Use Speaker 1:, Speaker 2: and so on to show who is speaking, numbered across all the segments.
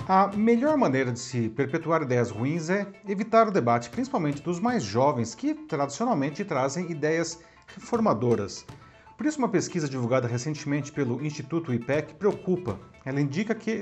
Speaker 1: A melhor maneira de se perpetuar ideias ruins é evitar o debate, principalmente dos mais jovens, que tradicionalmente trazem ideias reformadoras. Por isso, uma pesquisa divulgada recentemente pelo Instituto IPEC preocupa. Ela indica que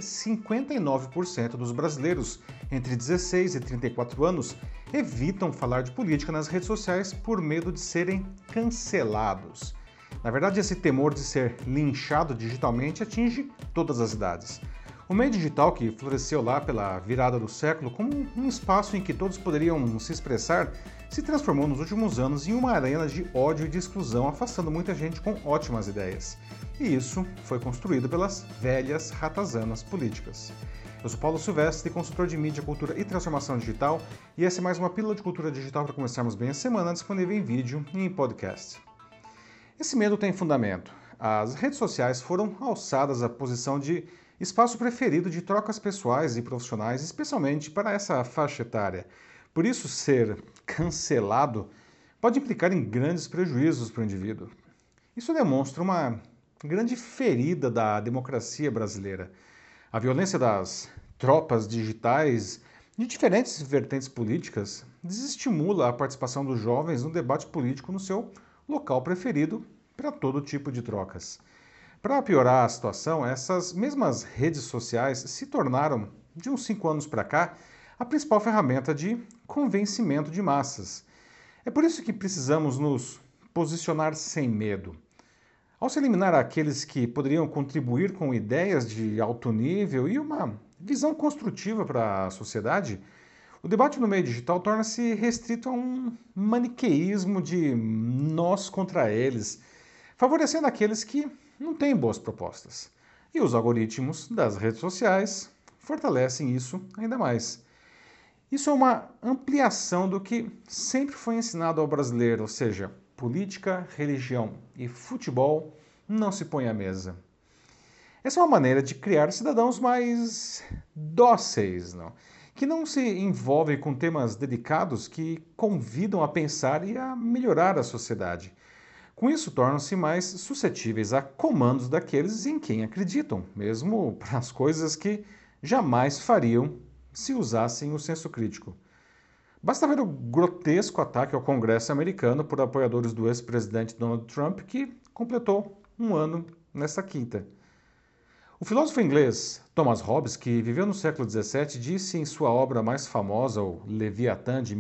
Speaker 1: 59% dos brasileiros entre 16 e 34 anos evitam falar de política nas redes sociais por medo de serem cancelados. Na verdade, esse temor de ser linchado digitalmente atinge todas as idades. O meio digital, que floresceu lá pela virada do século como um espaço em que todos poderiam se expressar, se transformou nos últimos anos em uma arena de ódio e de exclusão, afastando muita gente com ótimas ideias. E isso foi construído pelas velhas ratazanas políticas. Eu sou Paulo Silvestre, consultor de mídia, cultura e transformação digital, e essa é mais uma pílula de cultura digital para começarmos bem a semana, disponível em vídeo e em podcast. Esse medo tem fundamento. As redes sociais foram alçadas à posição de espaço preferido de trocas pessoais e profissionais, especialmente para essa faixa etária. Por isso, ser cancelado pode implicar em grandes prejuízos para o indivíduo. Isso demonstra uma grande ferida da democracia brasileira. A violência das tropas digitais de diferentes vertentes políticas desestimula a participação dos jovens no debate político no seu local preferido para todo tipo de trocas. Para piorar a situação, essas mesmas redes sociais se tornaram, de uns 5 anos para cá, a principal ferramenta de convencimento de massas. É por isso que precisamos nos posicionar sem medo. Ao se eliminar aqueles que poderiam contribuir com ideias de alto nível e uma visão construtiva para a sociedade, o debate no meio digital torna-se restrito a um maniqueísmo de nós contra eles, favorecendo aqueles que não têm boas propostas. E os algoritmos das redes sociais fortalecem isso ainda mais. Isso é uma ampliação do que sempre foi ensinado ao brasileiro, ou seja, política, religião e futebol não se põem à mesa. Essa é uma maneira de criar cidadãos mais dóceis, não? Que não se envolvem com temas delicados que convidam a pensar e a melhorar a sociedade. Com isso, tornam-se mais suscetíveis a comandos daqueles em quem acreditam, mesmo para as coisas que jamais fariam se usassem o senso crítico. Basta ver o grotesco ataque ao Congresso americano por apoiadores do ex-presidente Donald Trump, que completou um ano nesta quinta. O filósofo inglês Thomas Hobbes, que viveu no século XVII, disse em sua obra mais famosa, o Leviatã, de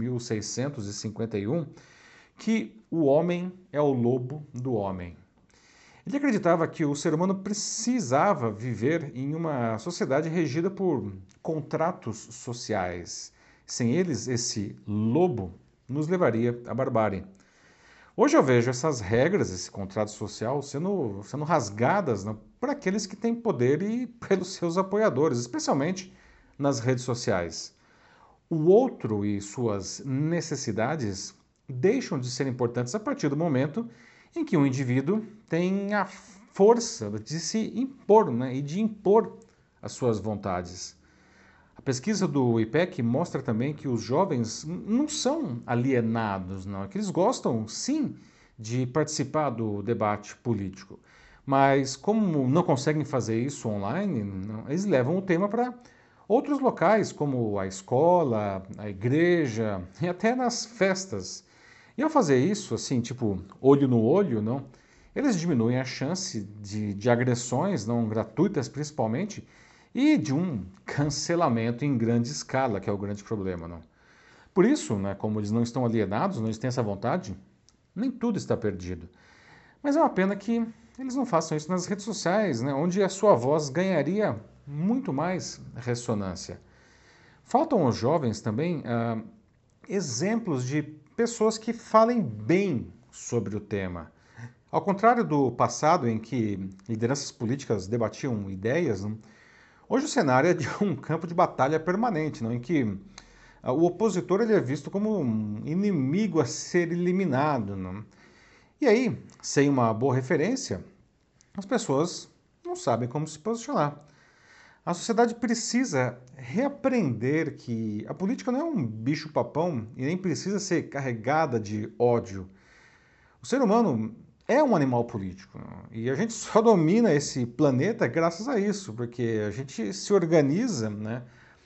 Speaker 1: 1651, que o homem é o lobo do homem. Ele acreditava que o ser humano precisava viver em uma sociedade regida por contratos sociais. Sem eles, esse lobo nos levaria à barbárie. Hoje eu vejo essas regras, esse contrato social, sendo rasgadas, né, por aqueles que têm poder e pelos seus apoiadores, especialmente nas redes sociais. O outro e suas necessidades deixam de ser importantes a partir do momento em que um indivíduo tem a força de se impor, né, e de impor as suas vontades. A pesquisa do IPEC mostra também que os jovens não são alienados, não, é que eles gostam sim de participar do debate político, mas como não conseguem fazer isso online, não, eles levam o tema para outros locais, como a escola, a igreja e até nas festas. E ao fazer isso, assim, tipo, olho no olho, não, eles diminuem a chance de agressões, não gratuitas principalmente, e de um cancelamento em grande escala, que é o grande problema, não. Por isso, né, como eles não estão alienados, não eles têm essa vontade, nem tudo está perdido. Mas é uma pena que eles não façam isso nas redes sociais, né, onde a sua voz ganharia muito mais ressonância. Faltam aos jovens também exemplos de pessoas que falem bem sobre o tema. Ao contrário do passado, em que lideranças políticas debatiam ideias, não, hoje o cenário é de um campo de batalha permanente, não, em que o opositor ele é visto como um inimigo a ser eliminado. Não. E aí, sem uma boa referência, as pessoas não sabem como se posicionar. A sociedade precisa reaprender que a política não é um bicho-papão e nem precisa ser carregada de ódio. O ser humano é um animal político. E a gente só domina esse planeta graças a isso, porque a gente se organiza, né,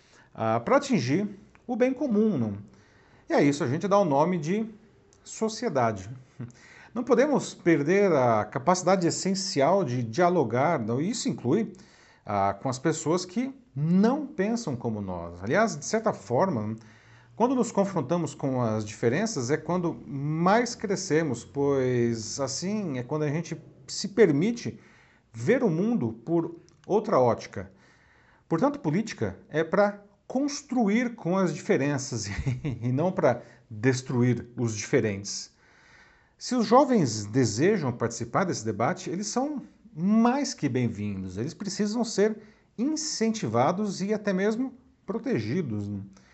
Speaker 1: para atingir o bem comum. Não? E a isso a gente dá o nome de sociedade. Não podemos perder a capacidade essencial de dialogar, não? E isso inclui com as pessoas que não pensam como nós. Aliás, de certa forma, quando nos confrontamos com as diferenças é quando mais crescemos, pois assim é quando a gente se permite ver o mundo por outra ótica. Portanto, política é para construir com as diferenças e não para destruir os diferentes. Se os jovens desejam participar desse debate, eles são mais que bem-vindos. Eles precisam ser incentivados e até mesmo protegidos.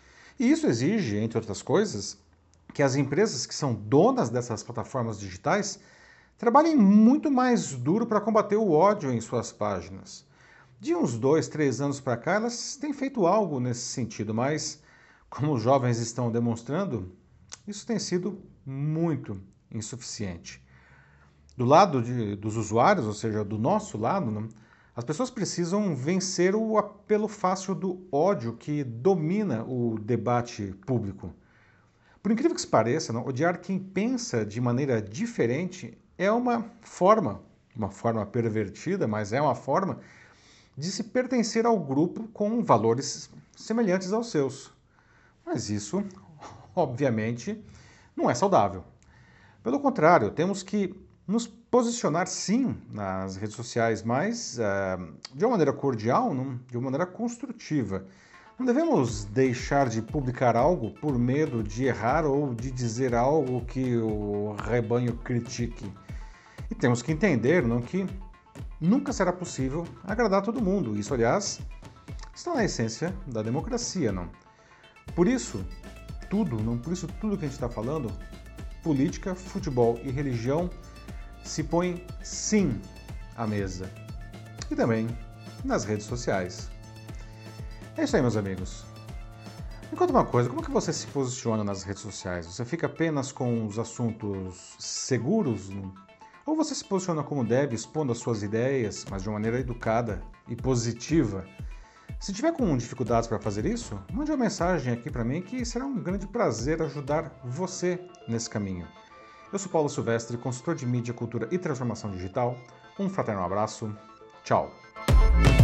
Speaker 1: E isso exige, entre outras coisas, que as empresas que são donas dessas plataformas digitais trabalhem muito mais duro para combater o ódio em suas páginas. De uns 2, 3 anos para cá, elas têm feito algo nesse sentido, mas, como os jovens estão demonstrando, isso tem sido muito insuficiente. Do lado dos usuários, ou seja, do nosso lado, né, as pessoas precisam vencer o apelo fácil do ódio que domina o debate público. Por incrível que se pareça, não, odiar quem pensa de maneira diferente é uma forma pervertida, mas é uma forma de se pertencer ao grupo com valores semelhantes aos seus. Mas isso, obviamente, não é saudável. Pelo contrário, temos que nos posicionar sim nas redes sociais, mas de uma maneira cordial, não, de uma maneira construtiva. Não devemos deixar de publicar algo por medo de errar ou de dizer algo que o rebanho critique. E temos que entender não, que nunca será possível agradar todo mundo. Isso, aliás, está na essência da democracia. Não? Por isso, tudo que a gente está falando, política, futebol e religião, se põe sim à mesa. E também nas redes sociais. É isso aí, meus amigos. Me conta uma coisa, como que você se posiciona nas redes sociais? Você fica apenas com os assuntos seguros? Ou você se posiciona como deve, expondo as suas ideias, mas de uma maneira educada e positiva? Se tiver com dificuldades para fazer isso, mande uma mensagem aqui para mim que será um grande prazer ajudar você nesse caminho. Eu sou Paulo Silvestre, consultor de mídia, cultura e transformação digital. Um fraternal abraço. Tchau.